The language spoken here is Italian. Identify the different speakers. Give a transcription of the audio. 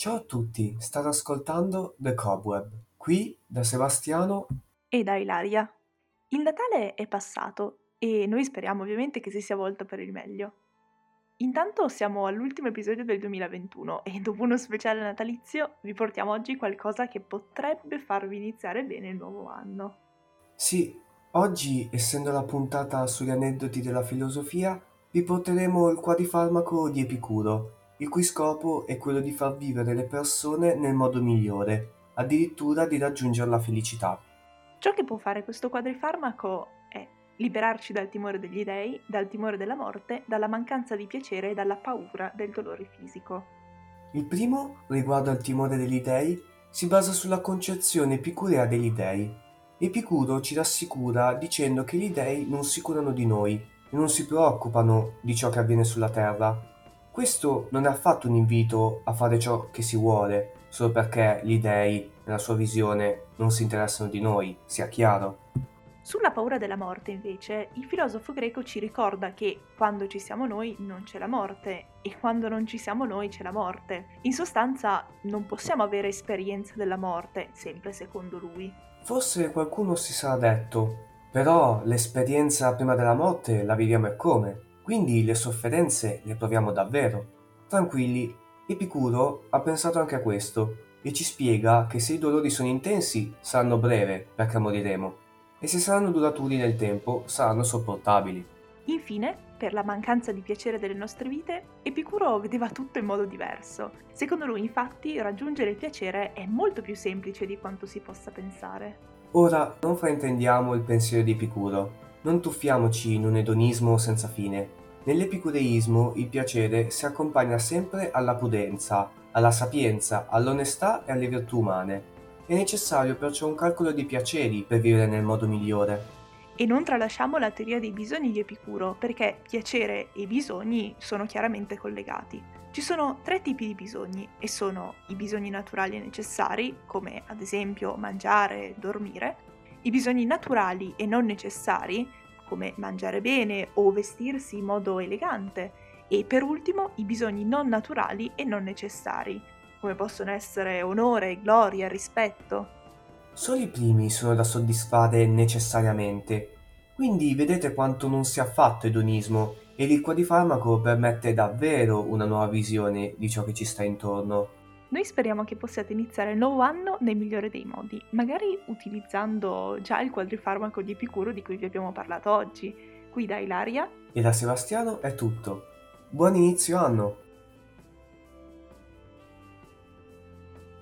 Speaker 1: Ciao a tutti, state ascoltando The Cobweb, qui da Sebastiano.
Speaker 2: E da Ilaria. Il Natale è passato e noi speriamo ovviamente che si sia volto per il meglio. Intanto siamo all'ultimo episodio del 2021 e dopo uno speciale natalizio vi portiamo oggi qualcosa che potrebbe farvi iniziare bene il nuovo anno.
Speaker 1: Sì, oggi, essendo la puntata sugli aneddoti della filosofia, vi porteremo il quadrifarmaco di Epicuro, il cui scopo è quello di far vivere le persone nel modo migliore, addirittura di raggiungere la felicità.
Speaker 2: Ciò che può fare questo quadrifarmaco è liberarci dal timore degli dei, dal timore della morte, dalla mancanza di piacere e dalla paura del dolore fisico.
Speaker 1: Il primo, riguardo al timore degli dei, si basa sulla concezione epicurea degli dei. Epicuro ci rassicura dicendo che gli dei non si curano di noi e non si preoccupano di ciò che avviene sulla terra. Questo non è affatto un invito a fare ciò che si vuole, solo perché gli dei, nella sua visione, non si interessano di noi, sia chiaro.
Speaker 2: Sulla paura della morte, invece, il filosofo greco ci ricorda che quando ci siamo noi non c'è la morte e quando non ci siamo noi c'è la morte. In sostanza non possiamo avere esperienza della morte, sempre secondo lui.
Speaker 1: Forse qualcuno si sarà detto, però l'esperienza prima della morte la viviamo e come, quindi le sofferenze le proviamo davvero. Tranquilli, Epicuro ha pensato anche a questo e ci spiega che se i dolori sono intensi saranno breve perché moriremo e se saranno duraturi nel tempo saranno sopportabili.
Speaker 2: Infine, per la mancanza di piacere delle nostre vite, Epicuro vedeva tutto in modo diverso. Secondo lui, infatti, raggiungere il piacere è molto più semplice di quanto si possa pensare.
Speaker 1: Ora non fraintendiamo il pensiero di Epicuro, non tuffiamoci in un edonismo senza fine. Nell'epicureismo il piacere si accompagna sempre alla prudenza, alla sapienza, all'onestà e alle virtù umane. È necessario perciò un calcolo di piaceri per vivere nel modo migliore.
Speaker 2: E non tralasciamo la teoria dei bisogni di Epicuro, perché piacere e bisogni sono chiaramente collegati. Ci sono tre tipi di bisogni e sono i bisogni naturali e necessari, come ad esempio mangiare, dormire, i bisogni naturali e non necessari, come mangiare bene o vestirsi in modo elegante, e per ultimo i bisogni non naturali e non necessari, come possono essere onore, gloria, rispetto.
Speaker 1: Solo i primi sono da soddisfare necessariamente, quindi vedete quanto non sia affatto edonismo e il quadrifarmaco permette davvero una nuova visione di ciò che ci sta intorno.
Speaker 2: Noi speriamo che possiate iniziare il nuovo anno nel migliore dei modi, magari utilizzando già il quadrifarmaco di Epicuro di cui vi abbiamo parlato oggi. Qui da Ilaria
Speaker 1: E da Sebastiano è tutto. Buon inizio anno!